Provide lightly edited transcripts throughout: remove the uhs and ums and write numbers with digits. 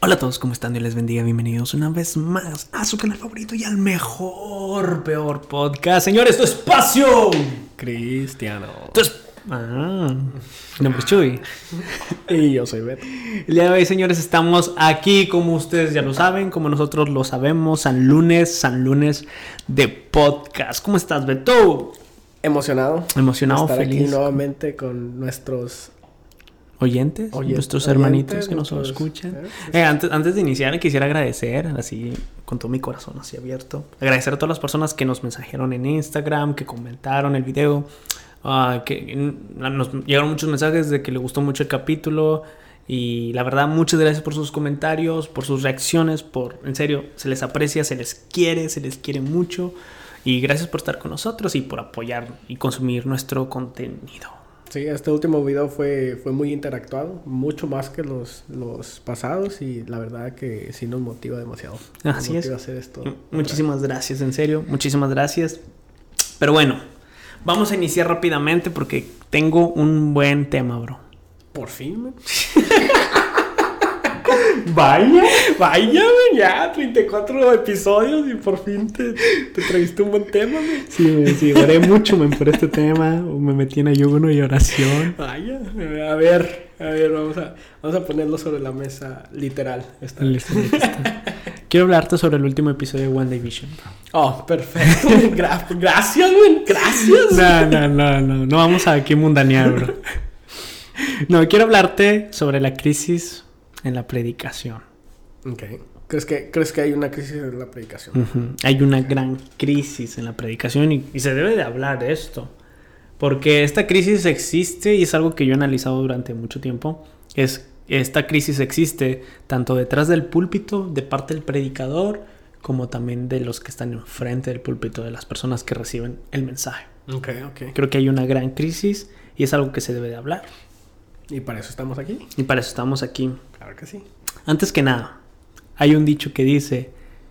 Hola a todos, ¿cómo están? Dios les bendiga, bienvenidos una vez más a su canal favorito y al peor podcast. Señores, tu espacio cristiano. Mi nombre es Chuy. Y yo soy Beto. El día de hoy, señores, estamos aquí, como ustedes ya lo saben, como nosotros lo sabemos, San Lunes de podcast. ¿Cómo estás, Beto? Emocionado. Emocionado, estar feliz. Aquí nuevamente con nuestros oyentes, nuestros hermanitos que nos escuchan. Antes de iniciar, quisiera agradecer, así, con todo mi corazón, así abierto, agradecer a todas las personas que nos mensajearon en Instagram, que comentaron el video, que nos llegaron muchos mensajes de que les gustó mucho el capítulo. Y la verdad, muchas gracias por sus comentarios, por sus reacciones, en serio, se les aprecia, se les quiere mucho. Y gracias por estar con nosotros y por apoyar y consumir nuestro contenido. Sí, este último video fue muy interactuado, mucho más que los pasados, y la verdad que sí nos motiva demasiado. Así es. A hacer esto. Muchísimas gracias, en serio, muchísimas gracias. Pero bueno, vamos a iniciar rápidamente porque tengo un buen tema, bro. Por fin, man. Vaya, ya 34 episodios y por fin te trajiste un buen tema, man. Sí, oré mucho, man, por este tema. Me metí en ayuno y oración. Vaya, a ver, vamos a ponerlo sobre la mesa, literal. Listo. Quiero hablarte sobre el último episodio de WandaVision. Oh, perfecto. Gracias, man. Gracias. No vamos a aquí mundanear, bro. No, quiero hablarte sobre la crisis en la predicación. Ok. ¿Crees que hay una crisis en la predicación? Uh-huh. Hay una gran crisis en la predicación y se debe de hablar de esto. Porque esta crisis existe y es algo que yo he analizado durante mucho tiempo. Esta crisis existe tanto detrás del púlpito, de parte del predicador, como también de los que están enfrente del púlpito, de las personas que reciben el mensaje. Ok. Creo que hay una gran crisis y es algo que se debe de hablar. ¿Y para eso estamos aquí? Claro que sí. Antes que nada, hay un dicho que dice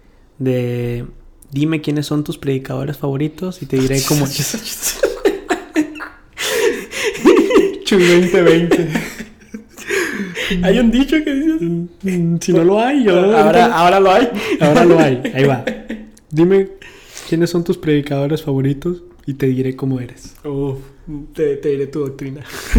dime quiénes son tus predicadores favoritos y te diré cómo es. Chuy 2020. Hay un dicho que dices. Si no lo hay, ahora lo hay. Ahora lo hay. Ahí va. Dime quiénes son tus predicadores favoritos y te diré cómo eres. Te diré tu doctrina.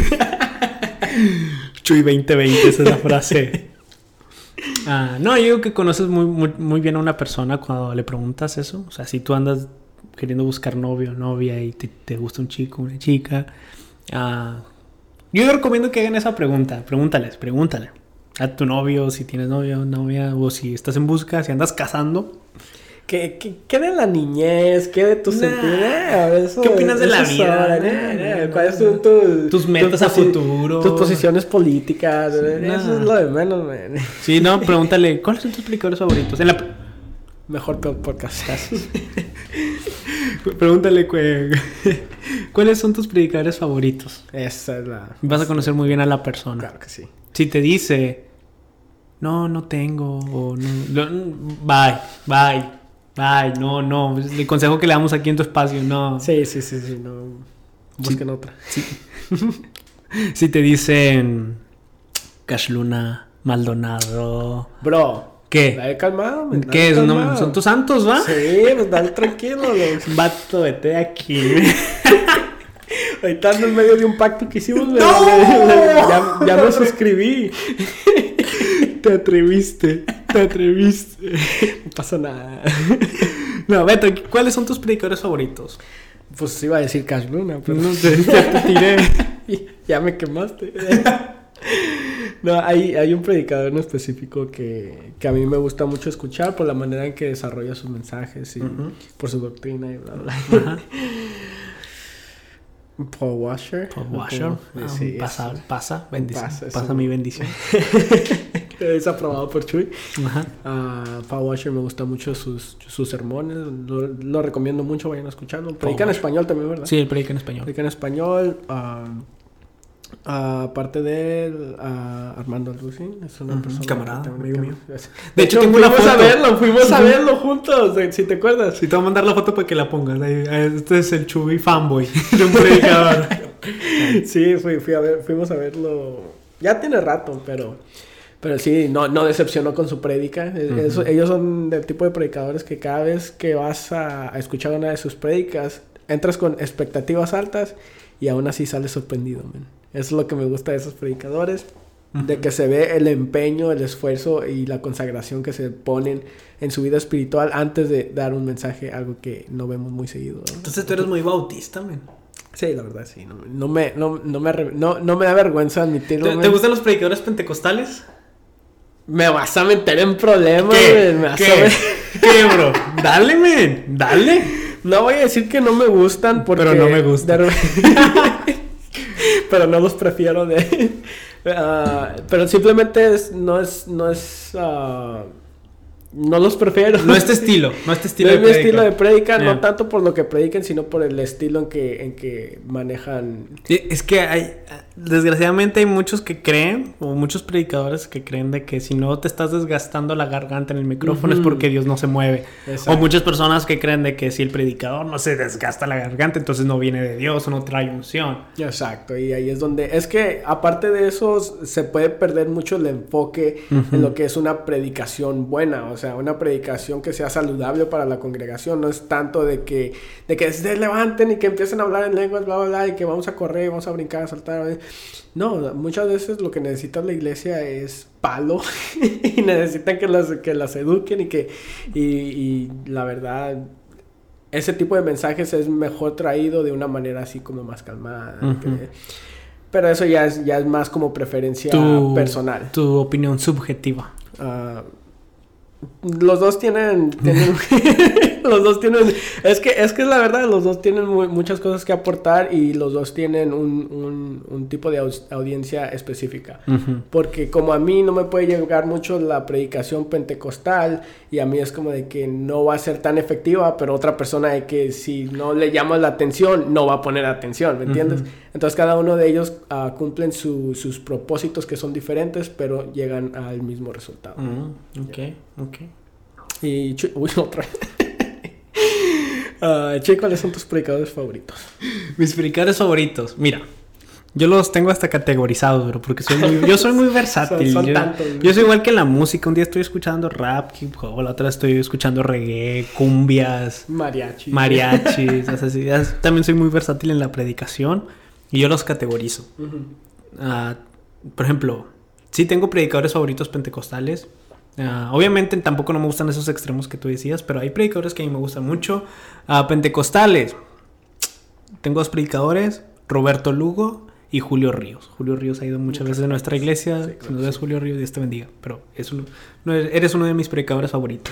Chuy 2020, esa es la frase. No, yo digo que conoces muy bien a una persona cuando le preguntas eso. O sea, si tú andas queriendo buscar novio o novia y te gusta un chico, una chica, yo recomiendo que hagan esa pregunta. Pregúntale a tu novio, si tienes novio o novia, o si estás en busca, si andas cazando. ¿Qué de la niñez? ¿Qué de tu sentido? ¿Qué opinas de la vida? ¿Cuáles son tus metas a futuro? Tus posiciones políticas. Eso es lo de menos, man. Sí, no, pregúntale, ¿cuáles son tus predicadores favoritos? Mejor podcast. Pregúntale, ¿cuáles son tus predicadores favoritos? Esa es la... Vas a conocer muy bien a la persona. Claro que sí. Si te dice, no tengo, o no, bye. No. El consejo que le damos aquí en tu espacio, no. Sí, no. Busquen otra. Sí. Si te dicen Cash Luna, Maldonado. Bro. ¿Qué? Dale calmado, man. ¿Qué es? No, son tus santos, ¿va? Sí, pues dale tranquilo, Vato, vete de aquí. Ahorita ando en medio de un pacto que hicimos. ¡No! Ya me suscribí. Te atreviste. No pasa nada. No, Beto, ¿cuáles son tus predicadores favoritos? Pues iba a decir Cash Luna, pero no sé, ya te tiré. Ya me quemaste. No, hay un predicador en específico que a mí me gusta mucho escuchar por la manera en que desarrolla sus mensajes y por su doctrina y bla, bla. Uh-huh. Paul Washer. Sí, pasa mi bendición. Es aprobado por Chuy. Paul Washer me gusta mucho sus sermones. Lo recomiendo mucho, vayan a escucharlo. Predica en español también, ¿verdad? Sí, él predica en español. Aparte de él, Armando Alducin es una persona camarada, amigo mío. De hecho, fuimos a verlo juntos, si te acuerdas. Sí, te voy a mandar la foto para que la pongas. Este es el Chuy fanboy de un predicador. Sí, fuimos a verlo. Ya tiene rato, pero Pero sí, no decepcionó con su prédica. Ellos son del tipo de predicadores que cada vez que vas a escuchar una de sus prédicas, entras con expectativas altas y aún así sales sorprendido, man. Eso es lo que me gusta de esos predicadores. De que se ve el empeño, el esfuerzo y la consagración que se ponen en su vida espiritual antes de dar un mensaje, algo que no vemos muy seguido, ¿no? Entonces tú eres muy bautista, man. Sí, la verdad, sí. No me da vergüenza admitirlo. ¿Te gustan los predicadores pentecostales? Me vas a meter en problemas, ¿Qué, bro? Dale, men. Dale. No voy a decir que no me gustan porque... Pero no me gustan. Pero no los prefiero pero simplemente no los prefiero. No es tu estilo. No es mi estilo de prédica, no tanto por lo que prediquen, sino por el estilo en que manejan. Es que desgraciadamente hay muchos que creen, o muchos predicadores que creen de que si no te estás desgastando la garganta en el micrófono es porque Dios no se mueve. Exacto. O muchas personas que creen de que si el predicador no se desgasta la garganta, entonces no viene de Dios o no trae unción. Exacto, y ahí es donde... Es que aparte de eso se puede perder mucho el enfoque en lo que es una predicación buena, o sea, una predicación que sea saludable para la congregación. No es tanto de que se levanten y que empiecen a hablar en lenguas, bla, bla, bla, y que vamos a correr, vamos a brincar, a saltar. No, muchas veces lo que necesita la iglesia es palo y necesitan que las eduquen y la verdad, ese tipo de mensajes es mejor traído de una manera así como más calmada. Pero eso ya es más como preferencia personal. Tu opinión subjetiva. Los dos tienen los dos tienen es que es la verdad, los dos tienen muchas cosas que aportar y los dos tienen un tipo de audiencia específica. Porque como a mí no me puede llegar mucho la predicación pentecostal y a mí es como de que no va a ser tan efectiva, pero otra persona de que si no le llamas la atención no va a poner atención, ¿me entiendes? Entonces cada uno de ellos cumplen sus propósitos que son diferentes, pero llegan al mismo resultado. Okay. Y otra vez. ¿Cuáles son tus predicadores favoritos? Mis predicadores favoritos, mira, yo los tengo hasta categorizados, bro, porque yo soy muy versátil. Yo soy igual que en la música. Un día estoy escuchando rap, hip hop, la otra estoy escuchando reggae, cumbias, mariachis, así. También soy muy versátil en la predicación y yo los categorizo. Por ejemplo, sí tengo predicadores favoritos pentecostales. Obviamente tampoco no me gustan esos extremos que tú decías, pero hay predicadores que a mí me gustan mucho. Pentecostales, tengo dos predicadores, Roberto Lugo y Julio Ríos. Julio Ríos ha ido muchas veces a nuestra iglesia. Sí, claro, si no ves Julio Ríos, Dios te bendiga. Pero eres uno de mis predicadores favoritos.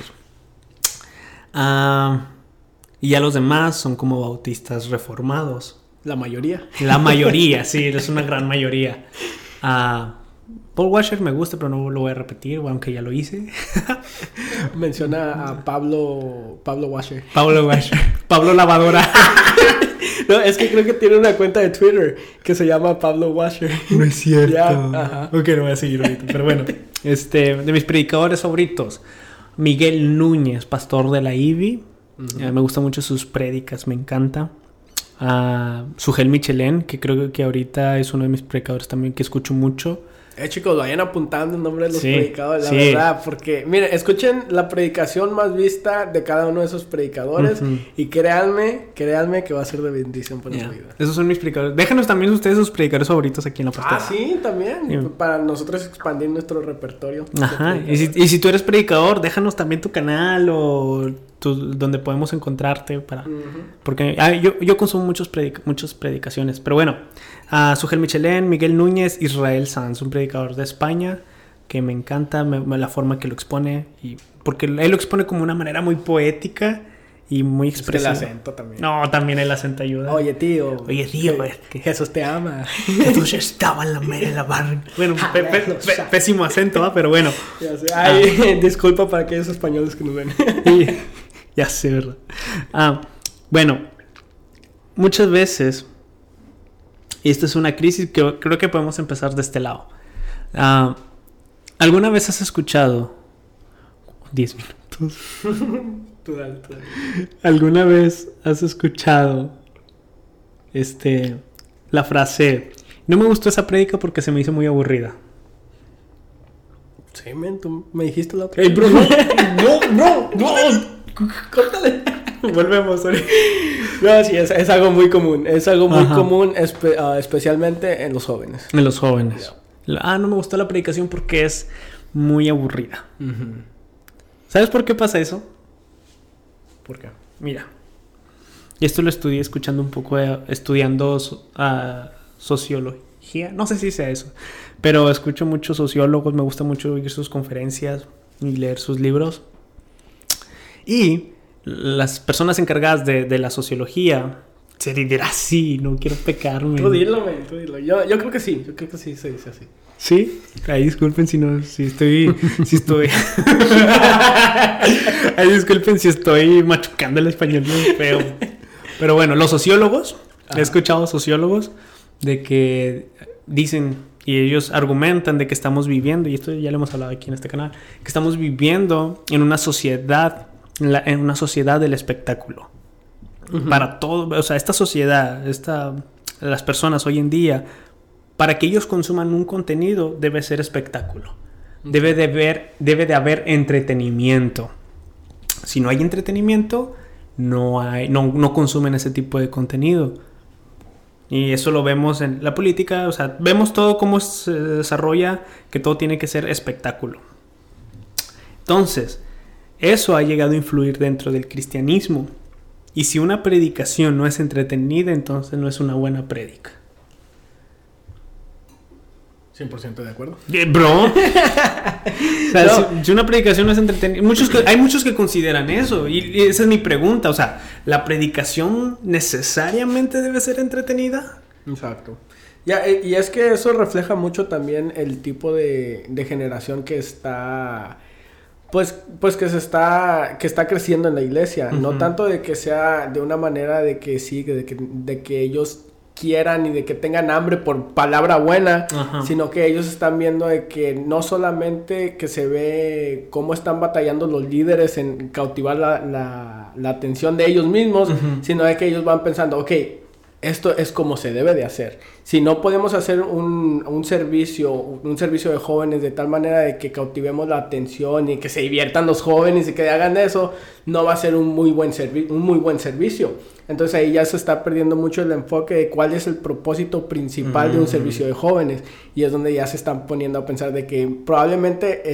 Y ya los demás son como bautistas reformados. La mayoría, sí, es una gran mayoría. Paul Washer me gusta, pero no lo voy a repetir, aunque ya lo hice. Menciona a Pablo Washer. Pablo Lavadora. No, es que creo que tiene una cuenta de Twitter que se llama Pablo Washer. No es cierto. Ok, no voy a seguir ahorita. Pero bueno, de mis predicadores favoritos, Miguel Núñez, pastor de la IBI. Me gustan mucho sus prédicas, me encanta. Sugel Michelén, que creo que ahorita es uno de mis predicadores también que escucho mucho. Chicos, vayan apuntando el nombre de los predicadores, la verdad, porque, miren, escuchen la predicación más vista de cada uno de esos predicadores y créanme que va a ser de bendición para su vida. Esos son mis predicadores. Déjanos también ustedes sus predicadores favoritos aquí en la pastora. Sí, también, para nosotros expandir nuestro repertorio. Ajá, y si tú eres predicador, déjanos también tu canal o donde podemos encontrarte para... Porque yo consumo muchas predicaciones, pero bueno, Sugel Michelén, Miguel Núñez, Israel Sanz, un predicador de España que me encanta la forma que lo expone, y porque él lo expone como una manera muy poética y muy expresiva. Es que el acento también. No, también el acento ayuda. Oye, tío, que Jesús te ama. Jesús estaba en la mera de la barra. Bueno, pésimo acento, pero bueno. Ya sé. Disculpa para aquellos españoles que nos ven. Ya sé, ¿verdad? Bueno, muchas veces, y esto es una crisis que creo que podemos empezar de este lado. ¿Alguna vez has escuchado 10 minutos? Total. ¿Alguna vez has escuchado la frase: no me gustó esa prédica porque se me hizo muy aburrida? Sí, men, tú me dijiste la otra. ¡Ey, bro! ¡No! ¡Córtale! Volvemos. No, sí, es algo muy común. Es algo muy común, especialmente en los jóvenes. En los jóvenes. Yeah. No me gustó la predicación porque es muy aburrida. ¿Sabes por qué pasa eso? ¿Por qué? Mira. Y esto lo estudié estudiando sociología. No sé si sea eso. Pero escucho muchos sociólogos. Me gusta mucho oír sus conferencias y leer sus libros. Y las personas encargadas de la sociología se dirá así, no quiero pecarme. Tú dilo. Yo creo que sí. Yo creo que sí se dice así. ¿Sí? Ahí disculpen si estoy... Ahí disculpen si estoy machucando el español muy feo. Pero bueno, los sociólogos, he escuchado sociólogos de que dicen y ellos argumentan de que estamos viviendo, y esto ya lo hemos hablado aquí en este canal, que estamos viviendo en una sociedad, en una sociedad del espectáculo. Para todo, o sea, esta sociedad, las personas hoy en día, para que ellos consuman un contenido debe ser espectáculo. Debe de haber entretenimiento. Si no hay entretenimiento, no consumen ese tipo de contenido. Y eso lo vemos en la política, o sea, vemos todo cómo se desarrolla, que todo tiene que ser espectáculo. Entonces, eso ha llegado a influir dentro del cristianismo. Y si una predicación no es entretenida, entonces no es una buena prédica. 100% de acuerdo. Bro. O sea, si una predicación no es entretenida... Hay muchos que consideran eso. Y esa es mi pregunta. O sea, ¿la predicación necesariamente debe ser entretenida? Exacto. Y es que eso refleja mucho también el tipo de generación que está... Pues que está creciendo en la iglesia. No tanto de que sea de una manera de que sí, de que ellos quieran y de que tengan hambre por palabra buena, sino que ellos están viendo de que no solamente que se ve cómo están batallando los líderes en cautivar la atención de ellos mismos, sino de que ellos van pensando, ok, esto es como se debe de hacer. Si no podemos hacer un servicio de jóvenes de tal manera de que cautivemos la atención y que se diviertan los jóvenes y que hagan eso, no va a ser un muy buen servicio. Entonces ahí ya se está perdiendo mucho el enfoque de cuál es el propósito principal de un servicio de jóvenes. Y es donde ya se están poniendo a pensar de que probablemente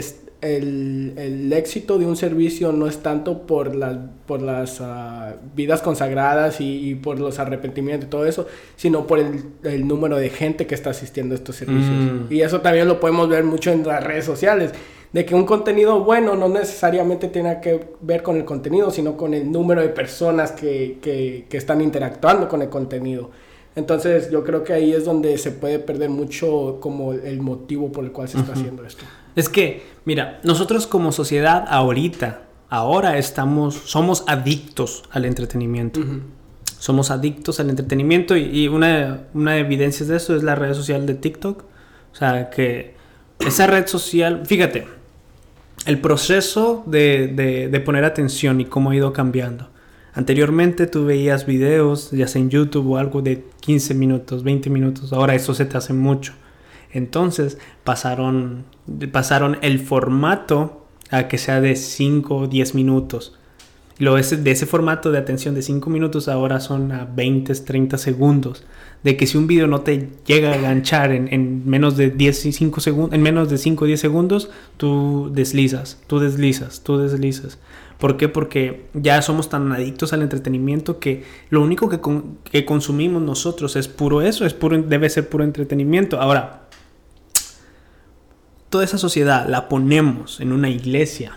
el éxito de un servicio no es tanto por las vidas consagradas y por los arrepentimientos y todo eso, sino por el número de gente que está asistiendo a estos servicios. Y eso también lo podemos ver mucho en las redes sociales, de que un contenido bueno no necesariamente tiene que ver con el contenido, sino con el número de personas que están interactuando con el contenido. Entonces yo creo que ahí es donde se puede perder mucho como el motivo por el cual se está haciendo esto. Es que, mira, nosotros como sociedad ahora somos adictos al entretenimiento. Somos adictos al entretenimiento y una evidencia de eso es la red social de TikTok. O sea, que esa red social, fíjate, el proceso de poner atención y cómo ha ido cambiando. Anteriormente tú veías videos, ya sea en YouTube o algo de 15 minutos, 20 minutos. Ahora eso se te hace mucho. Entonces pasaron el formato a que sea de 5 o 10 minutos. De ese formato de atención de 5 minutos ahora son a 20, 30 segundos. De que si un video no te llega a enganchar en menos de 5 o 10 segundos, tú deslizas. ¿Por qué? Porque ya somos tan adictos al entretenimiento que lo único que consumimos nosotros es puro eso, debe ser puro entretenimiento. Ahora, toda esa sociedad la ponemos en una iglesia,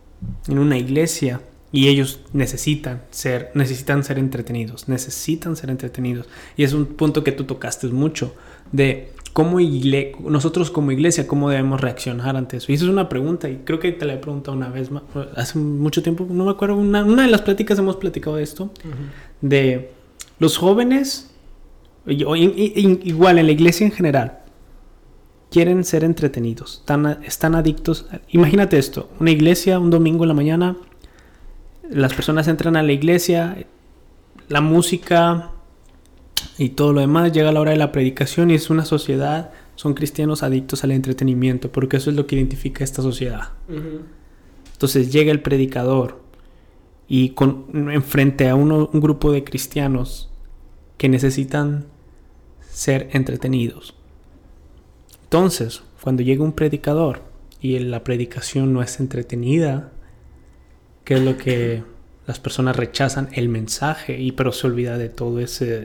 y ellos necesitan ser entretenidos, y es un punto que tú tocaste mucho, de cómo nosotros como iglesia, cómo debemos reaccionar ante eso. Y eso es una pregunta, y creo que te la he preguntado una vez más, hace mucho tiempo, no me acuerdo, una de las pláticas hemos platicado de esto, de los jóvenes, igual en la iglesia en general, quieren ser entretenidos, están adictos. Imagínate esto, una iglesia, un domingo en la mañana, las personas entran a la iglesia, la música y todo lo demás, llega la hora de la predicación y es una sociedad son cristianos adictos al entretenimiento, porque eso es lo que identifica a esta sociedad. Entonces llega el predicador y enfrente a un grupo de cristianos que necesitan ser entretenidos. Entonces, cuando llega un predicador y la predicación no es entretenida, ¿qué es lo que las personas rechazan? El mensaje, pero se olvida de todo ese...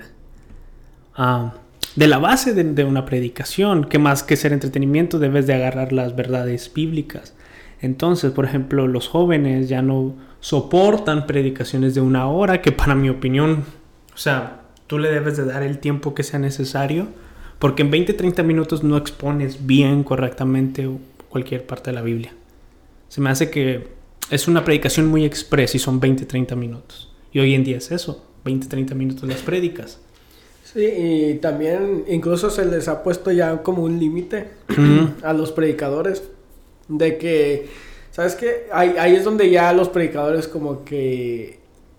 de la base de una predicación, que más que ser entretenimiento debes de agarrar las verdades bíblicas. Entonces, por ejemplo, los jóvenes ya no soportan predicaciones de 1 hora, que para mi opinión, o sea, tú le debes de dar el tiempo que sea necesario, porque en 20-30 minutos no expones bien, correctamente cualquier parte de la Biblia. Se me hace que es una predicación muy express y son 20-30 minutos. Y hoy en día es eso, 20-30 minutos las prédicas. Sí, y también incluso se les ha puesto ya como un límite a los predicadores de que, ¿sabes qué? Ahí es donde ya los predicadores como que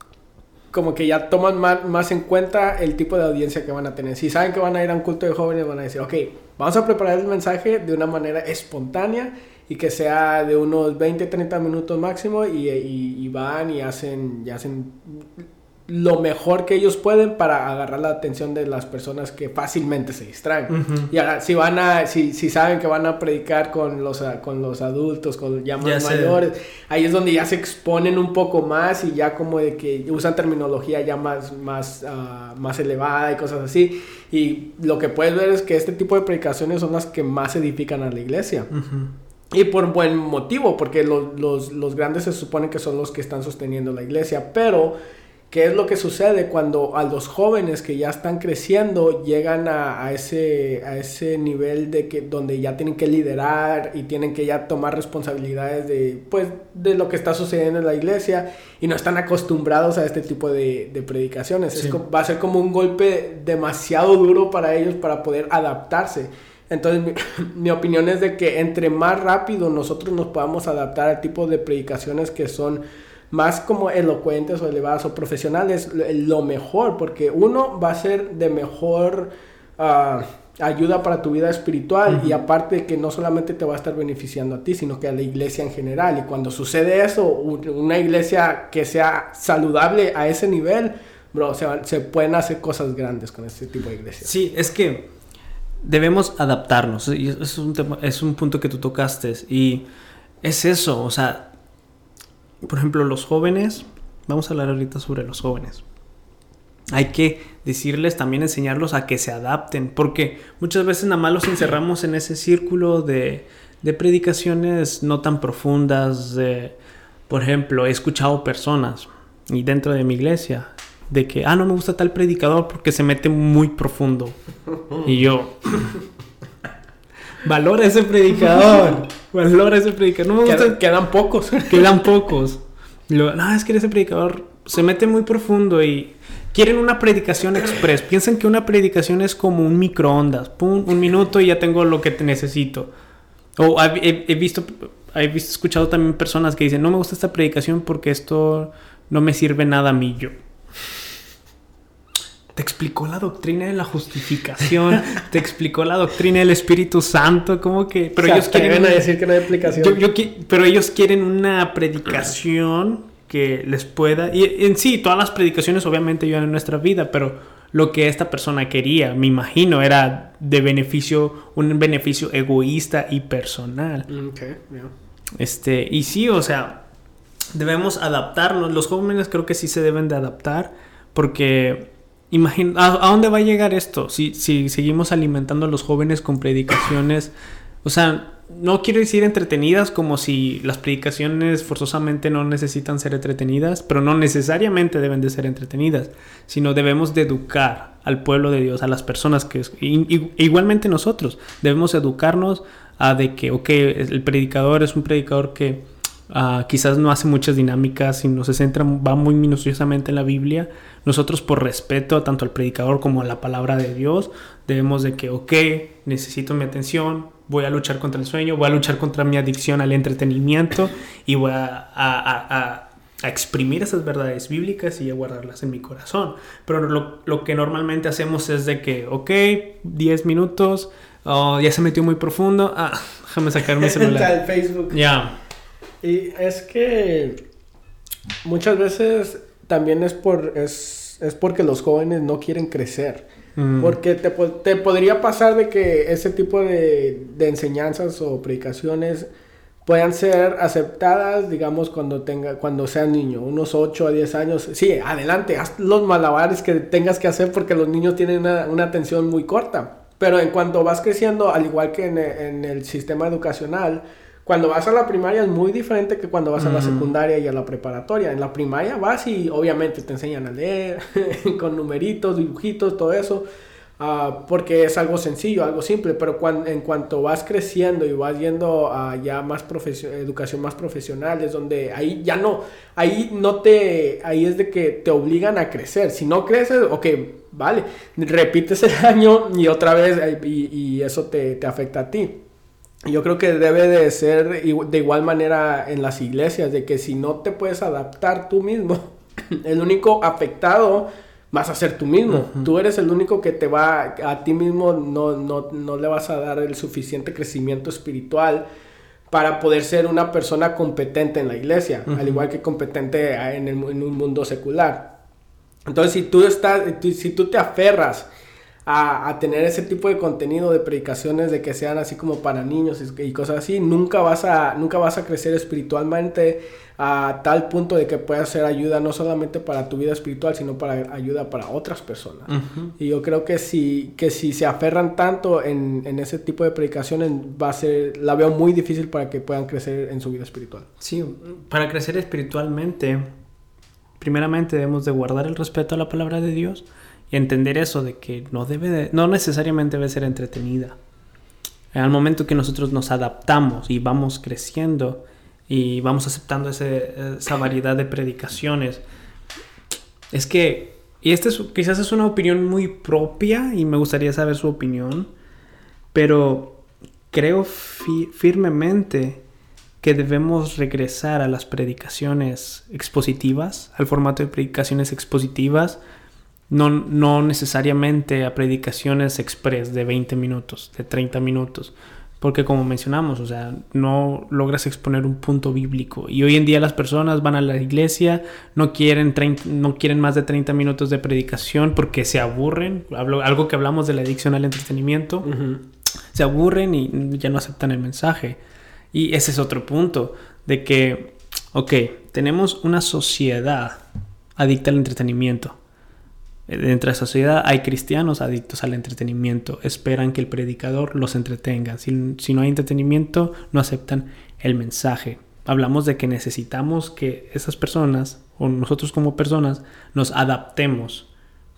ya toman más en cuenta el tipo de audiencia que van a tener. Si saben que van a ir a un culto de jóvenes, van a decir, ok, vamos a preparar el mensaje de una manera espontánea y que sea de unos 20-30 minutos máximo y van y hacen lo mejor que ellos pueden para agarrar la atención de las personas que fácilmente se distraen. Y ahora, si saben que van a predicar con los adultos, con ya más mayores, ahí es donde ya se exponen un poco más y ya como de que usan terminología ya más elevada y cosas así. Y lo que puedes ver es que este tipo de predicaciones son las que más edifican a la iglesia. Y por buen motivo, porque los grandes se supone que son los que están sosteniendo la iglesia, pero ¿qué es lo que sucede cuando a los jóvenes que ya están creciendo llegan a ese nivel donde ya tienen que liderar y tienen que ya tomar responsabilidades de lo que está sucediendo en la iglesia y no están acostumbrados a este tipo de predicaciones? Sí. Va a ser como un golpe demasiado duro para ellos para poder adaptarse. Entonces mi opinión es de que entre más rápido nosotros nos podamos adaptar al tipo de predicaciones que son más como elocuentes o elevadas o profesionales, lo mejor, porque uno va a ser de mejor ayuda para tu vida espiritual y aparte que no solamente te va a estar beneficiando a ti, sino que a la iglesia en general. Y cuando sucede eso, una iglesia que sea saludable a ese nivel, bro, se pueden hacer cosas grandes con este tipo de iglesias. Sí, es que debemos adaptarnos. Y es un punto que tú tocaste y es eso, o sea, por ejemplo, los jóvenes, vamos a hablar ahorita sobre los jóvenes. Hay que decirles, también enseñarlos a que se adapten, porque muchas veces nada más los encerramos en ese círculo de predicaciones no tan profundas. Por ejemplo, he escuchado personas, y dentro de mi iglesia, de que, no me gusta tal predicador porque se mete muy profundo. Y yo... Valora ese predicador. No me gusta. Quedan pocos. Es que ese predicador se mete muy profundo y quieren una predicación express. Piensan que una predicación es como un microondas. Pum, 1 minuto y ya tengo lo que te necesito. O he escuchado también personas que dicen, no me gusta esta predicación porque esto no me sirve nada a mí. Yo... Te explicó la doctrina de la justificación, te explicó la doctrina del Espíritu Santo, como que... Pero ellos quieren decir que no hay explicación. Pero ellos quieren una predicación que les pueda... Y en sí, todas las predicaciones obviamente ayudan en nuestra vida, pero lo que esta persona quería, me imagino, era un beneficio egoísta y personal. Okay, yeah. Y sí, o sea, debemos adaptarnos. Los jóvenes creo que sí se deben de adaptar, porque... ¿A dónde va a llegar esto? Si seguimos alimentando a los jóvenes con predicaciones, o sea, no quiero decir entretenidas como si las predicaciones forzosamente no necesitan ser entretenidas, pero no necesariamente deben de ser entretenidas, sino debemos de educar al pueblo de Dios, a las personas igualmente nosotros debemos educarnos de que, el predicador es un predicador que quizás no hace muchas dinámicas, sino se centra, va muy minuciosamente en la Biblia. Nosotros, por respeto tanto al predicador como a la palabra de Dios, debemos de que, necesito mi atención, voy a luchar contra el sueño, voy a luchar contra mi adicción al entretenimiento y voy a a exprimir esas verdades bíblicas y a guardarlas en mi corazón. Pero lo que normalmente hacemos es de que, ok, 10 minutos, ya se metió muy profundo, déjame sacar mi celular. El Facebook. Ya. Y es que muchas veces también es porque los jóvenes no quieren crecer. Porque te podría pasar de que ese tipo de enseñanzas o predicaciones puedan ser aceptadas, digamos, cuando seas niño, unos 8 a 10 años. Sí, adelante, haz los malabares que tengas que hacer porque los niños tienen una atención muy corta. Pero en cuanto vas creciendo, al igual que en el sistema educacional, cuando vas a la primaria es muy diferente que cuando vas a la secundaria y a la preparatoria. En la primaria vas y obviamente te enseñan a leer con numeritos, dibujitos, todo eso. Porque es algo sencillo, algo simple. Pero en cuanto vas creciendo y vas yendo a ya más educación más profesional, es donde ahí es de que te obligan a crecer. Si no creces, ok, vale, repites el año y otra vez y eso te afecta a ti. Yo creo que debe de ser de igual manera en las iglesias, de que si no te puedes adaptar tú mismo, el único afectado vas a ser tú mismo. Tú eres el único que a ti mismo no le vas a dar el suficiente crecimiento espiritual para poder ser una persona competente en la iglesia, al igual que competente en un mundo secular. Entonces, si tú te aferras a tener ese tipo de contenido de predicaciones de que sean así como para niños y cosas así, nunca vas a crecer espiritualmente a tal punto de que puedas ser ayuda no solamente para tu vida espiritual, sino para ayuda para otras personas. Y yo creo que si se aferran tanto en ese tipo de predicaciones, la veo muy difícil para que puedan crecer en su vida espiritual. Sí, para crecer espiritualmente, primeramente debemos de guardar el respeto a la palabra de Dios y entender eso de que no necesariamente debe ser entretenida. Al momento que nosotros nos adaptamos y vamos creciendo y vamos aceptando esa variedad de predicaciones, es que, y quizás es una opinión muy propia y me gustaría saber su opinión, pero creo firmemente que debemos regresar a las predicaciones expositivas, al formato de predicaciones expositivas, no necesariamente a predicaciones express de 20 minutos, de 30 minutos, porque como mencionamos, o sea, no logras exponer un punto bíblico. Y hoy en día las personas van a la iglesia, no quieren más de 30 minutos de predicación porque se aburren. Algo que hablamos de la adicción al entretenimiento. Se aburren y ya no aceptan el mensaje. Y ese es otro punto, de que, tenemos una sociedad adicta al entretenimiento. Dentro de esa sociedad hay cristianos adictos al entretenimiento. Esperan que el predicador los entretenga. Si no hay entretenimiento, no aceptan el mensaje. Hablamos de que necesitamos que esas personas, o nosotros como personas, nos adaptemos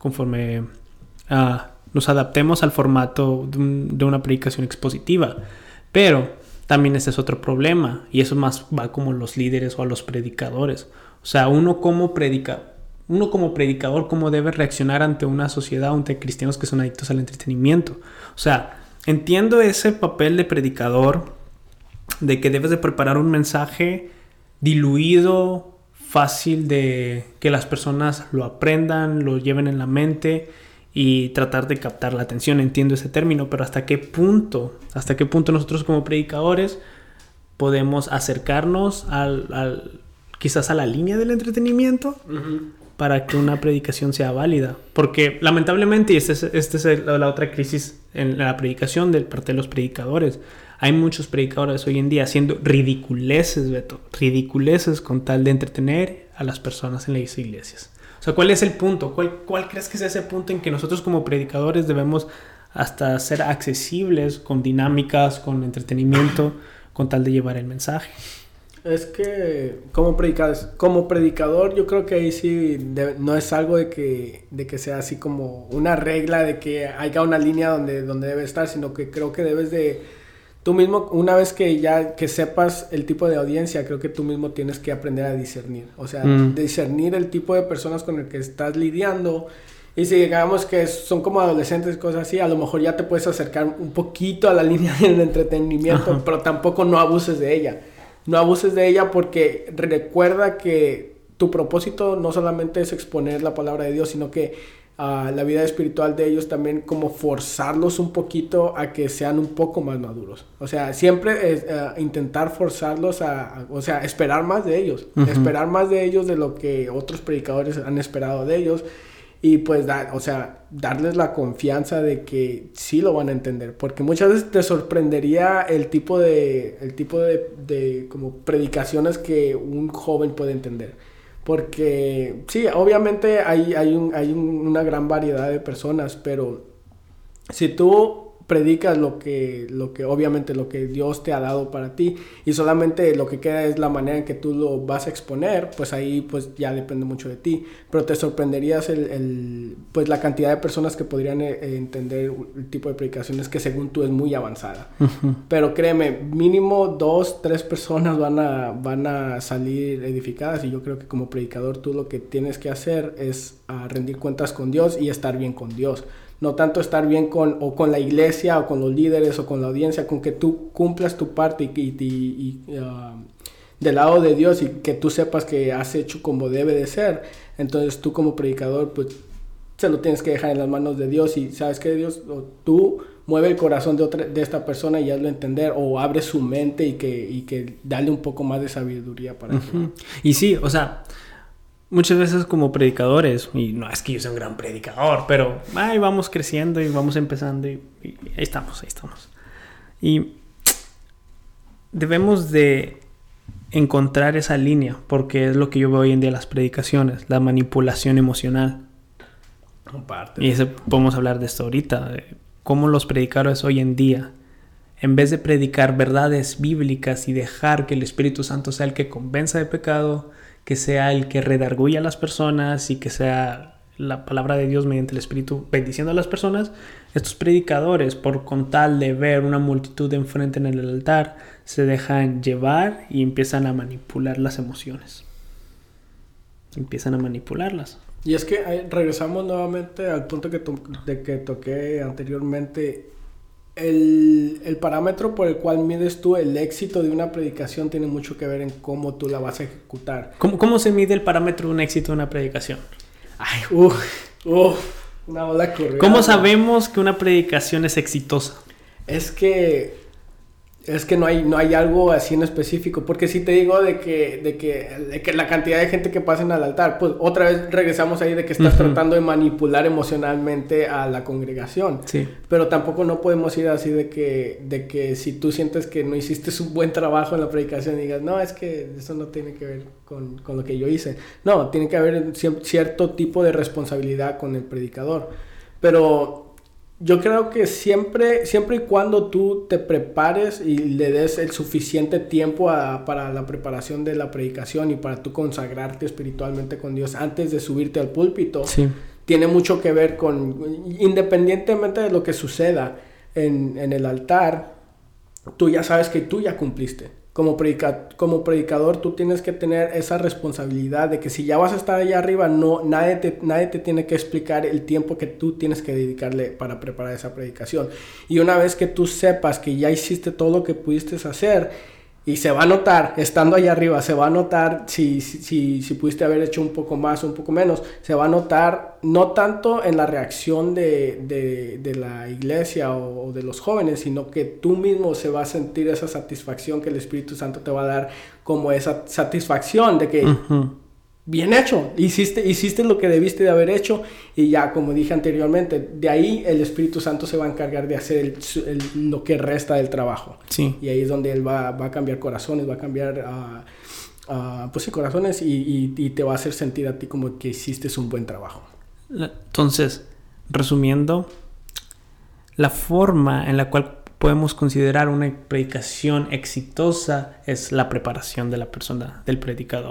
nos adaptemos al formato de una predicación expositiva. Pero también ese es otro problema, y eso más va como los líderes o a los predicadores. O sea, uno como predicador, ¿cómo debe reaccionar ante una sociedad, ante cristianos que son adictos al entretenimiento? O sea, entiendo ese papel de predicador, de que debes de preparar un mensaje diluido, fácil de que las personas lo aprendan, lo lleven en la mente y tratar de captar la atención. Entiendo ese término, pero ¿hasta qué punto nosotros como predicadores podemos acercarnos quizás a la línea del entretenimiento? Para que una predicación sea válida. Porque lamentablemente, y esta es la otra crisis en la predicación de parte de los predicadores, hay muchos predicadores hoy en día haciendo ridiculeces con tal de entretener a las personas en las iglesias. O sea, ¿cuál es el punto? ¿Cuál crees que es ese punto en que nosotros como predicadores debemos hasta ser accesibles con dinámicas, con entretenimiento, con tal de llevar el mensaje? Es que como predicador yo creo que ahí sí no es algo de que sea así como una regla de que haya una línea donde debe estar, sino que creo que debes de tú mismo, una vez que sepas el tipo de audiencia, creo que tú mismo tienes que aprender a discernir. O sea, discernir el tipo de personas con el que estás lidiando. Y si digamos que son como adolescentes y cosas así, a lo mejor ya te puedes acercar un poquito a la línea del entretenimiento, pero tampoco no abuses de ella. No abuses de ella porque recuerda que tu propósito no solamente es exponer la palabra de Dios, sino que la vida espiritual de ellos también como forzarlos un poquito a que sean un poco más maduros. O sea, siempre es, intentar forzarlos o sea, esperar más de ellos. Esperar más de ellos de lo que otros predicadores han esperado de ellos. Y pues, darles la confianza de que sí lo van a entender. Porque muchas veces te sorprendería el tipo de como predicaciones que un joven puede entender. Porque sí, obviamente hay una gran variedad de personas, pero si tú predicas lo que obviamente lo que Dios te ha dado para ti y solamente lo que queda es la manera en que tú lo vas a exponer, pues ahí pues ya depende mucho de ti. Pero te sorprenderías pues la cantidad de personas que podrían entender el tipo de predicaciones que según tú es muy avanzada. Pero créeme, mínimo 2, 3 personas van a salir edificadas, y yo creo que como predicador tú lo que tienes que hacer es rendir cuentas con Dios y estar bien con Dios. No tanto estar bien con la iglesia o con los líderes o con la audiencia, con que tú cumplas tu parte y del lado de Dios y que tú sepas que has hecho como debe de ser. Entonces tú como predicador pues se lo tienes que dejar en las manos de Dios, y sabes que Dios, o tú mueve el corazón de esta persona y hazlo entender, o abre su mente y que dale un poco más de sabiduría para que... Y sí, o sea, muchas veces como predicadores, y no es que yo sea un gran predicador, pero ahí vamos creciendo y vamos empezando y ahí estamos. Y debemos de encontrar esa línea, porque es lo que yo veo hoy en día en las predicaciones, la manipulación emocional. Y eso podemos hablar de esto ahorita, de cómo los predicadores hoy en día, en vez de predicar verdades bíblicas y dejar que el Espíritu Santo sea el que convenza de pecado, que sea el que redarguya a las personas y que sea la palabra de Dios mediante el Espíritu bendiciendo a las personas, estos predicadores, con tal de ver una multitud enfrente en el altar, se dejan llevar y empiezan a manipular las emociones. Empiezan a manipularlas. Y es que regresamos nuevamente al punto que toqué anteriormente. El parámetro por el cual mides tú el éxito de una predicación tiene mucho que ver en cómo tú la vas a ejecutar. ¿Cómo se mide el parámetro de un éxito de una predicación? Ay, una ola corriente. ¿Cómo sabemos que una predicación es exitosa? Es que no hay algo así en específico, porque si te digo de que la cantidad de gente que pasen al altar, pues otra vez regresamos ahí de que estás tratando de manipular emocionalmente a la congregación. Sí. Pero tampoco no podemos ir así de que si tú sientes que no hiciste un buen trabajo en la predicación y digas, no, es que eso no tiene que ver con lo que yo hice. No, tiene que haber cierto tipo de responsabilidad con el predicador. Pero yo creo que siempre y cuando tú te prepares y le des el suficiente tiempo para la preparación de la predicación y para tú consagrarte espiritualmente con Dios antes de subirte al púlpito, sí, tiene mucho que ver independientemente de lo que suceda en el altar, tú ya sabes que tú ya cumpliste. Como predicador tú tienes que tener esa responsabilidad de que si ya vas a estar allá arriba, nadie te tiene que explicar el tiempo que tú tienes que dedicarle para preparar esa predicación. Y una vez que tú sepas que ya hiciste todo lo que pudiste hacer, y se va a notar, estando allá arriba, se va a notar si pudiste haber hecho un poco más o un poco menos, se va a notar no tanto en la reacción de la iglesia o de los jóvenes, sino que tú mismo se va a sentir esa satisfacción que el Espíritu Santo te va a dar, como esa satisfacción de que bien hecho, hiciste lo que debiste de haber hecho, y ya como dije anteriormente, de ahí el Espíritu Santo se va a encargar de hacer lo que resta del trabajo. Sí. Y ahí es donde Él va a cambiar corazones, va a cambiar pues sí, corazones y te va a hacer sentir a ti como que hiciste un buen trabajo. Entonces, resumiendo, la forma en la cual podemos considerar una predicación exitosa es la preparación de la persona, del predicador.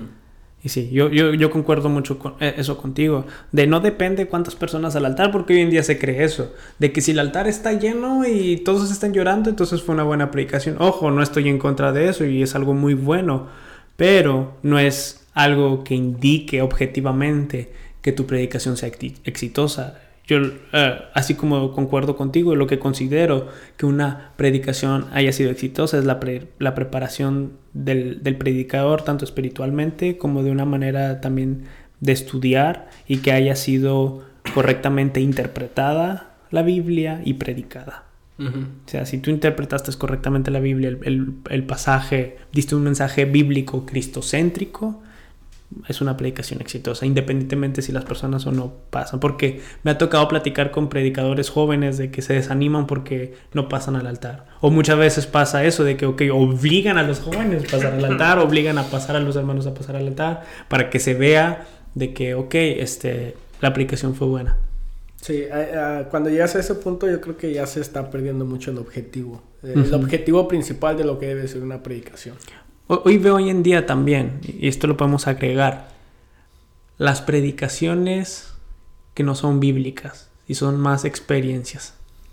Y sí, yo concuerdo mucho con eso contigo. De no depende cuántas personas al altar, porque hoy en día se cree eso. De que si el altar está lleno y todos están llorando, entonces fue una buena predicación. Ojo, no estoy en contra de eso y es algo muy bueno. Pero no es algo que indique objetivamente que tu predicación sea exitosa. yo, así como concuerdo contigo, lo que considero que una predicación haya sido exitosa es la preparación del predicador, tanto espiritualmente como de una manera también de estudiar, y que haya sido correctamente interpretada la Biblia y predicada. O sea, si tú interpretaste correctamente la Biblia, el pasaje, diste un mensaje bíblico cristocéntrico, es una predicación exitosa, independientemente si las personas o no pasan. Porque me ha tocado platicar con predicadores jóvenes de que se desaniman porque no pasan al altar. O muchas veces pasa eso de que, obligan a los jóvenes a pasar al altar, obligan a pasar a los hermanos a pasar al altar, para que se vea de que, la predicación fue buena. Sí, cuando llegas a ese punto yo creo que ya se está perdiendo mucho el objetivo. El objetivo principal de lo que debe ser una predicación. Hoy veo hoy en día también, y esto lo podemos agregar, las predicaciones que no son bíblicas y son más experiencias.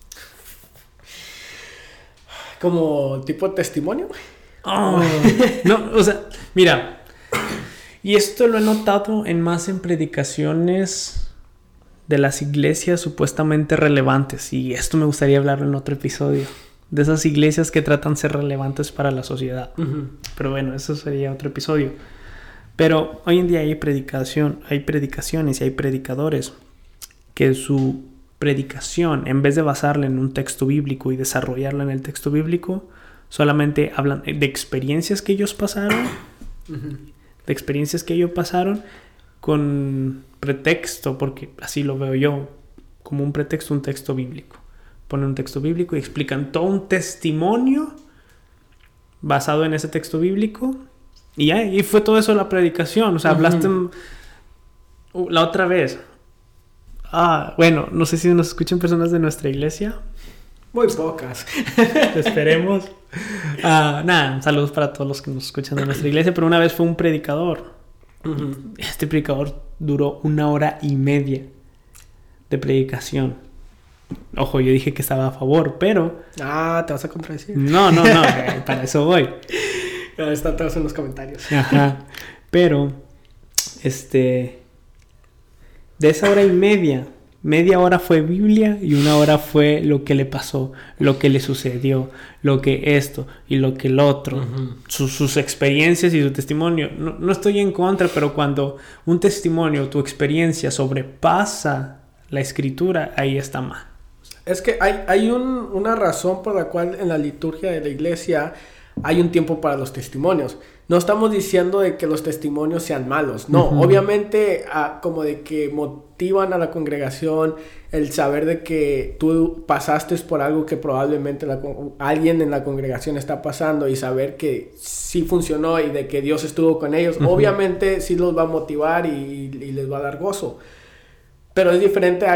¿Como tipo testimonio? Oh, no, o sea, mira, y esto lo he notado en predicaciones de las iglesias supuestamente relevantes, y esto me gustaría hablar en otro episodio, de esas iglesias que tratan de ser relevantes para la sociedad. Pero bueno, eso sería otro episodio. Pero hoy en día hay predicaciones y hay predicadores que su predicación, en vez de basarla en un texto bíblico y desarrollarla en el texto bíblico, solamente hablan de experiencias que ellos pasaron, con pretexto, porque así lo veo yo, como un pretexto, un texto bíblico. Ponen un texto bíblico y explican todo un testimonio basado en ese texto bíblico, y fue todo eso la predicación. O sea, hablaste la otra vez. Bueno, no sé si nos escuchan personas de nuestra iglesia. Muy pocas. Esperemos. Saludos para todos los que nos escuchan de nuestra iglesia. Pero una vez fue un predicador. Este predicador duró 1.5 horas de predicación. Ojo, yo dije que estaba a favor, pero... te vas a contradecir. No, para eso voy. Están todos en los comentarios. Ajá. Pero, de esa 1.5 horas, media hora fue Biblia y 1 hora fue lo que le pasó, lo que le sucedió, lo que esto y lo que el otro, sus experiencias y su testimonio. No estoy en contra, pero cuando un testimonio, tu experiencia sobrepasa la escritura, ahí está mal. Es que hay una razón por la cual en la liturgia de la iglesia hay un tiempo para los testimonios. No estamos diciendo de que los testimonios sean malos. No, obviamente como de que motivan a la congregación el saber de que tú pasaste por algo que probablemente alguien en la congregación está pasando, y saber que sí funcionó y de que Dios estuvo con ellos. Obviamente sí los va a motivar y les va a dar gozo. Pero es diferente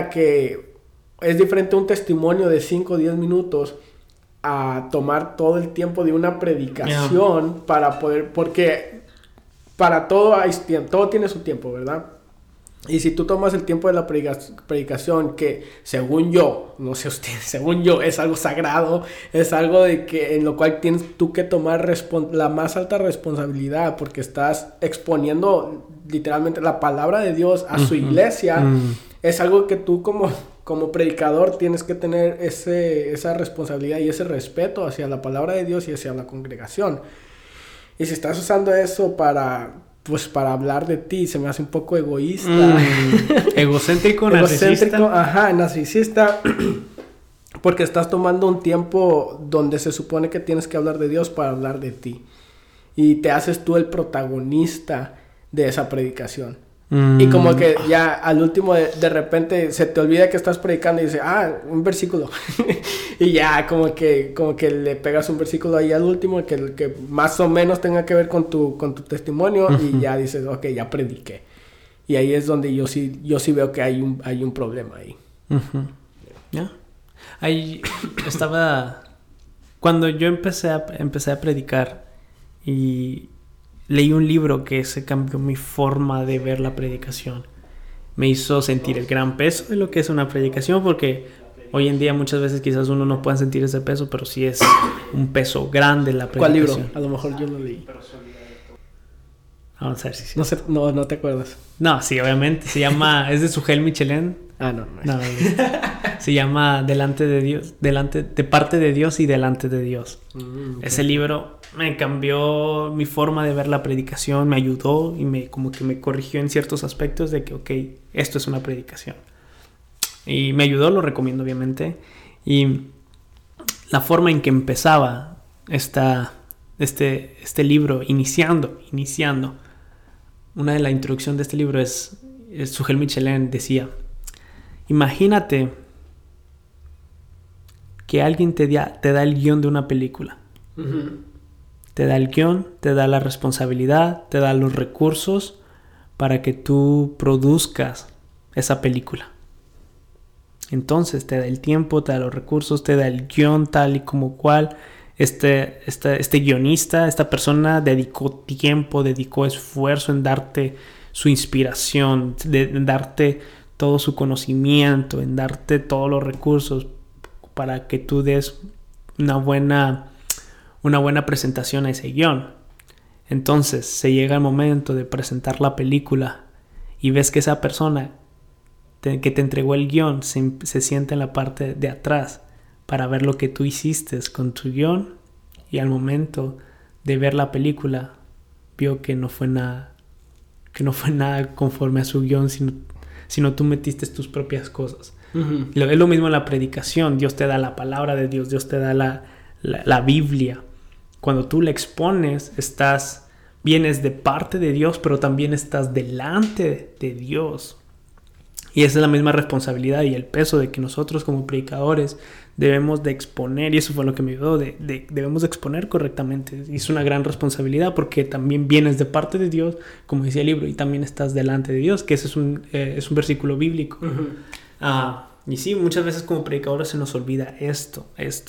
un testimonio de 5 o 10 minutos a tomar todo el tiempo de una predicación para poder, porque para todo hay tiempo, todo tiene su tiempo, ¿verdad? Y si tú tomas el tiempo de la predicación, que según yo, no sé usted, según yo es algo sagrado, es algo de que en lo cual tienes tú que tomar la más alta responsabilidad, porque estás exponiendo literalmente la palabra de Dios a su iglesia. Es algo que tú como predicador tienes que tener esa responsabilidad y ese respeto hacia la palabra de Dios y hacia la congregación. Y si estás usando eso para hablar de ti, se me hace un poco egoísta. Egocéntrico, narcisista. Narcisista. Porque estás tomando un tiempo donde se supone que tienes que hablar de Dios para hablar de ti. Y te haces tú el protagonista de esa predicación. Y como que ya al último de repente se te olvida que estás predicando y dices, un versículo. Y ya como que le pegas un versículo ahí al último que más o menos tenga que ver con tu testimonio. Y ya dices, ya prediqué. Y ahí es donde yo sí veo que hay un problema ahí. ¿Ya? Ahí estaba... Cuando yo empecé a predicar y... leí un libro que se cambió mi forma de ver la predicación. Me hizo sentir el gran peso de lo que es una predicación, porque hoy en día muchas veces quizás uno no pueda sentir ese peso, pero sí es un peso grande la predicación. ¿Cuál libro? A lo mejor yo lo leí. Vamos a ver si sí. No te acuerdas. No, sí, obviamente. Es de Sujel Michelén. No. Se llama Delante de Dios, de parte de Dios y delante de Dios. Okay. Ese libro me cambió mi forma de ver la predicación, me ayudó y como que me corrigió en ciertos aspectos de que, ok, esto es una predicación. Y me ayudó, lo recomiendo obviamente. Y la forma en que empezaba este libro, iniciando. Una de la introducción de este libro es Sujel Michelén decía: imagínate que alguien te da el guión de una película. Uh-huh. Te da el guión, te da la responsabilidad, te da los recursos para que tú produzcas esa película. Entonces te da el tiempo, te da los recursos, te da el guión tal y como cual. Este guionista, esta persona dedicó tiempo, dedicó esfuerzo en darte su inspiración, en darte todo su conocimiento, en darte todos los recursos para que tú des una buena presentación a ese guión. Entonces se llega el momento de presentar la película y ves que esa persona que te entregó el guión se sienta en la parte de atrás para ver lo que tú hiciste con tu guión, y al momento de ver la película vio que no fue nada conforme a su guión, sino tú metiste tus propias cosas. Uh-huh. Es lo mismo en la predicación. Dios te da la palabra de Dios, Dios te da la Biblia. Cuando tú la expones, vienes de parte de Dios, pero también estás delante de Dios. Y esa es la misma responsabilidad y el peso de que nosotros como predicadores debemos de exponer, y eso fue lo que me ayudó, debemos de exponer correctamente. Y es una gran responsabilidad porque también vienes de parte de Dios, como decía el libro, y también estás delante de Dios, que ese es un versículo bíblico. Uh-huh. Y sí, muchas veces como predicadores se nos olvida esto,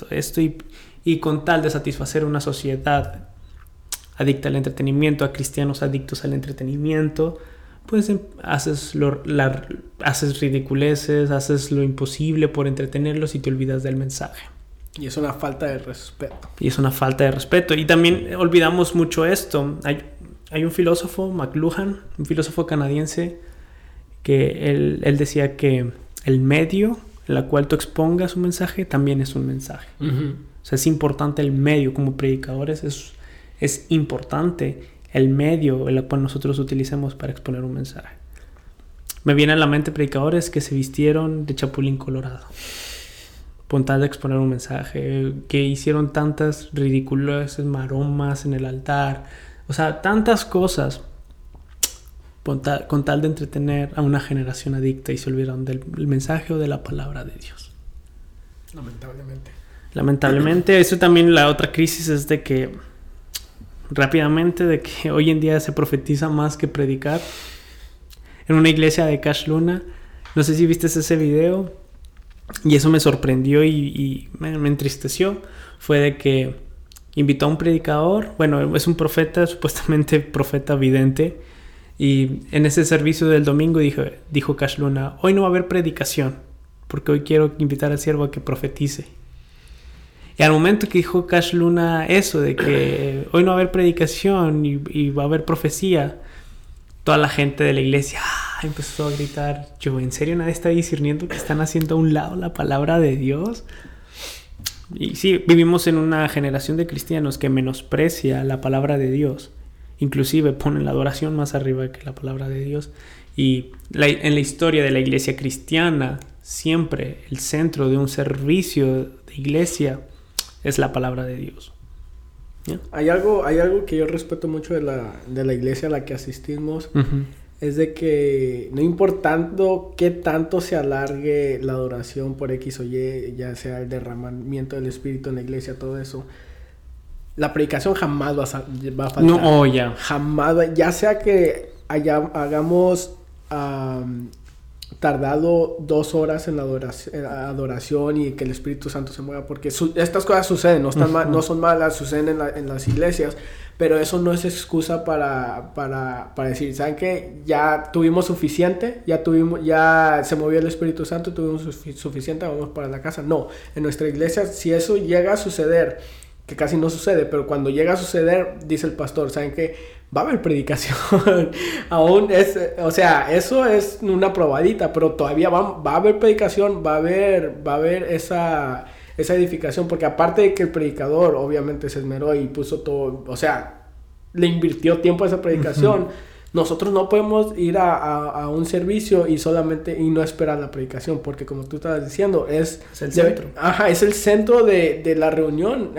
y con tal de satisfacer una sociedad adicta al entretenimiento, a cristianos adictos al entretenimiento, pues haces ridiculeces, haces lo imposible por entretenerlos y te olvidas del mensaje. Y es una falta de respeto. Y también olvidamos mucho esto. Hay un filósofo, McLuhan, un filósofo canadiense, que él decía que el medio en el cual tú expongas un mensaje también es un mensaje. Uh-huh. O sea, es importante el medio. Como predicadores es importante el medio en el cual nosotros utilicemos para exponer un mensaje. Me viene a la mente predicadores que se vistieron de chapulín colorado con tal de exponer un mensaje, que hicieron tantas ridiculeces, maromas en el altar, o sea, tantas cosas con tal de entretener a una generación adicta, y se olvidaron del mensaje o de la palabra de Dios. Lamentablemente, eso también, la otra crisis es de que hoy en día se profetiza más que predicar. En una iglesia de Cash Luna, no sé si viste ese video, y eso me sorprendió y me entristeció, fue de que invitó a un predicador, bueno, es un profeta, supuestamente profeta vidente, y en ese servicio del domingo dijo Cash Luna: hoy no va a haber predicación, porque hoy quiero invitar al siervo a que profetice. Y al momento que dijo Cash Luna eso, de que hoy no va a haber predicación y va a haber profecía, toda la gente de la iglesia empezó a gritar: ¿en serio nadie está discerniendo que están haciendo a un lado la palabra de Dios? Y sí, vivimos en una generación de cristianos que menosprecia la palabra de Dios. Inclusive ponen la adoración más arriba que la palabra de Dios. Y en la historia de la iglesia cristiana, siempre el centro de un servicio de iglesia es la palabra de Dios. ¿Yeah? Hay algo que yo respeto mucho de la iglesia a la que asistimos. Uh-huh. Es de que no importando qué tanto se alargue la adoración por X o Y, ya sea el derramamiento del Espíritu en la iglesia, todo eso, la predicación jamás va a faltar. No, ya. Jamás, ya sea que hagamos tardado 2 horas en la adoración y que el Espíritu Santo se mueva, porque estas cosas suceden, no son malas, suceden en las iglesias, pero eso no es excusa para decir, ¿saben qué? Ya tuvimos suficiente, ya se movió el Espíritu Santo, tuvimos suficiente, vamos para la casa. No, en nuestra iglesia, si eso llega a suceder, que casi no sucede, pero cuando llega a suceder, dice el pastor, ¿saben qué? va a haber predicación. Aún es, o sea, eso es una probadita, pero todavía va a haber predicación, va a haber esa edificación, porque aparte de que el predicador obviamente se esmeró y puso todo, o sea, le invirtió tiempo a esa predicación. Nosotros no podemos ir a un servicio y no esperar la predicación, porque como tú estabas diciendo, es el centro. Es el centro de la reunión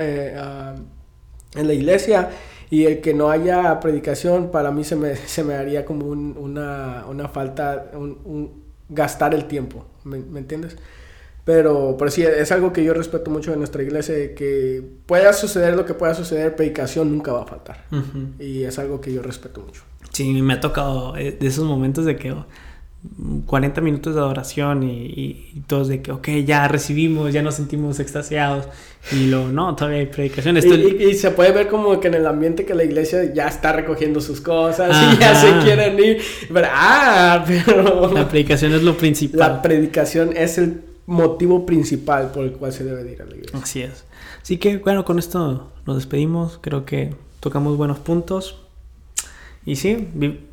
en la iglesia, y el que no haya predicación para mí se me haría como una falta, gastar el tiempo, ¿me entiendes? Pero sí, es algo que yo respeto mucho de nuestra iglesia, que pueda suceder lo que pueda suceder, predicación nunca va a faltar. Y es algo que yo respeto mucho. Sí, me ha tocado de esos momentos de que 40 minutos de adoración y todos de que, ok, ya recibimos, ya nos sentimos extasiados, y luego, no, todavía hay predicación. Y se puede ver como que en el ambiente que la iglesia ya está recogiendo sus cosas y ya se quieren ir. Pero la predicación es lo principal. La predicación es el motivo principal por el cual se debe de ir a la iglesia. Así es. Así que, bueno, con esto nos despedimos. Creo que tocamos buenos puntos. Y sí,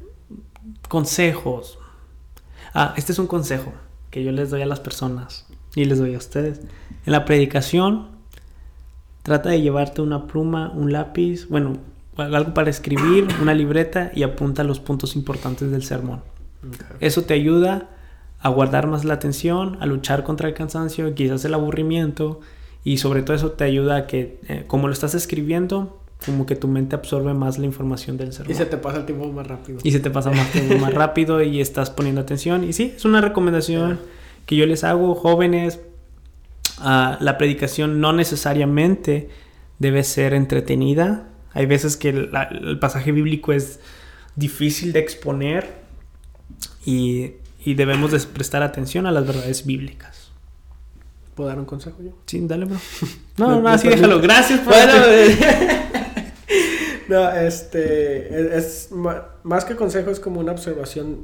consejos. Este es un consejo que yo les doy a las personas y les doy a ustedes. En la predicación, trata de llevarte una pluma, un lápiz, bueno, algo para escribir, una libreta, y apunta los puntos importantes del sermón. Okay. Eso te ayuda a guardar más la atención, a luchar contra el cansancio, quizás el aburrimiento, y sobre todo eso te ayuda a que, como lo estás escribiendo, como que tu mente absorbe más la información del sermón. Y se te pasa el tiempo más rápido. Más rápido y estás poniendo atención. Y sí, es una recomendación que yo les hago, jóvenes. La predicación no necesariamente debe ser entretenida. Hay veces que el pasaje bíblico es difícil de exponer y debemos de prestar atención a las verdades bíblicas. ¿Puedo dar un consejo yo? Sí, dale, bro. No, así déjalo. Gracias por No, es más que consejo, es como una observación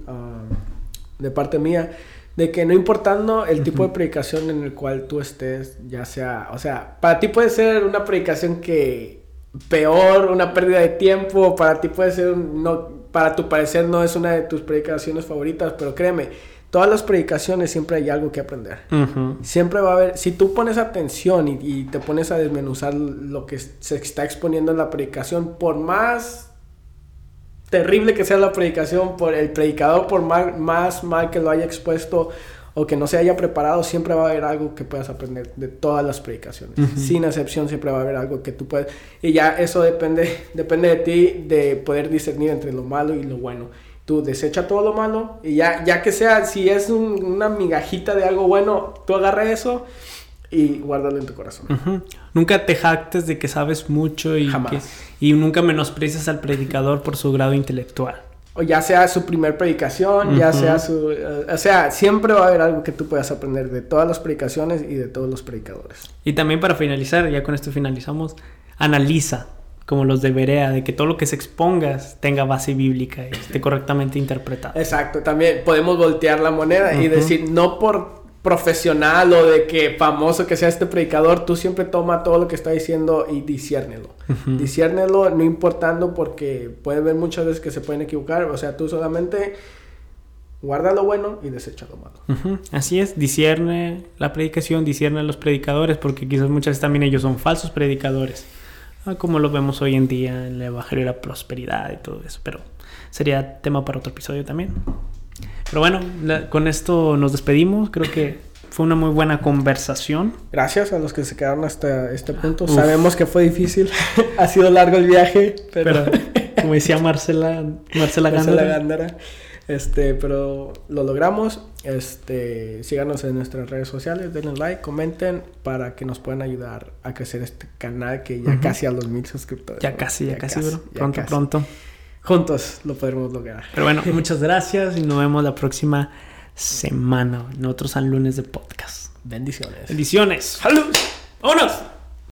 de parte mía, de que no importando el tipo de predicación en el cual tú estés, ya sea, o sea, para ti puede ser una predicación que peor, una pérdida de tiempo, para ti puede ser, para tu parecer no es una de tus predicaciones favoritas, pero créeme, todas las predicaciones siempre hay algo que aprender. Siempre va a haber, si tú pones atención y te pones a desmenuzar lo que se está exponiendo en la predicación, por más terrible que sea la predicación, por el predicador, por más mal que lo haya expuesto o que no se haya preparado, siempre va a haber algo que puedas aprender de todas las predicaciones. Sin excepción, siempre va a haber algo que tú puedes. Y ya eso depende de ti, de poder discernir entre lo malo y lo bueno. Tú desecha todo lo malo y ya que sea, si es una migajita de algo bueno, tú agarra eso y guárdalo en tu corazón. Nunca te jactes de que sabes mucho y nunca menosprecies al predicador por su grado intelectual. O ya sea su primer predicación, ya sea o sea, siempre va a haber algo que tú puedas aprender de todas las predicaciones y de todos los predicadores. Y también para finalizar, ya con esto finalizamos, analiza. Como los de Berea, de que todo lo que se expongas tenga base bíblica y esté correctamente interpretado. Exacto, también podemos voltear la moneda y decir, no por profesional o de que famoso que sea este predicador, tú siempre toma todo lo que está diciendo y disciérnelo. Disciérnelo, no importando, porque puede haber muchas veces que se pueden equivocar, o sea, tú solamente guarda lo bueno y desecha lo malo. Así es, discierne la predicación, discierne a los predicadores, porque quizás muchas veces también ellos son falsos predicadores. Como lo vemos hoy en día en el Evangelio de la Prosperidad y todo eso, pero sería tema para otro episodio también. Pero bueno, con esto nos despedimos. Creo que fue una muy buena conversación. Gracias a los que se quedaron hasta este punto. Sabemos que fue difícil, ha sido largo el viaje, pero como decía Marcela Gándara, pero lo logramos. Síganos en nuestras redes sociales, denle like, comenten para que nos puedan ayudar a crecer este canal que ya casi a los 1000 suscriptores. Ya casi, bro. Pronto. Juntos lo podremos lograr. Pero bueno, muchas gracias y nos vemos la próxima semana en otro San Lunes de Podcast. Bendiciones. ¡Salud! ¡Vámonos!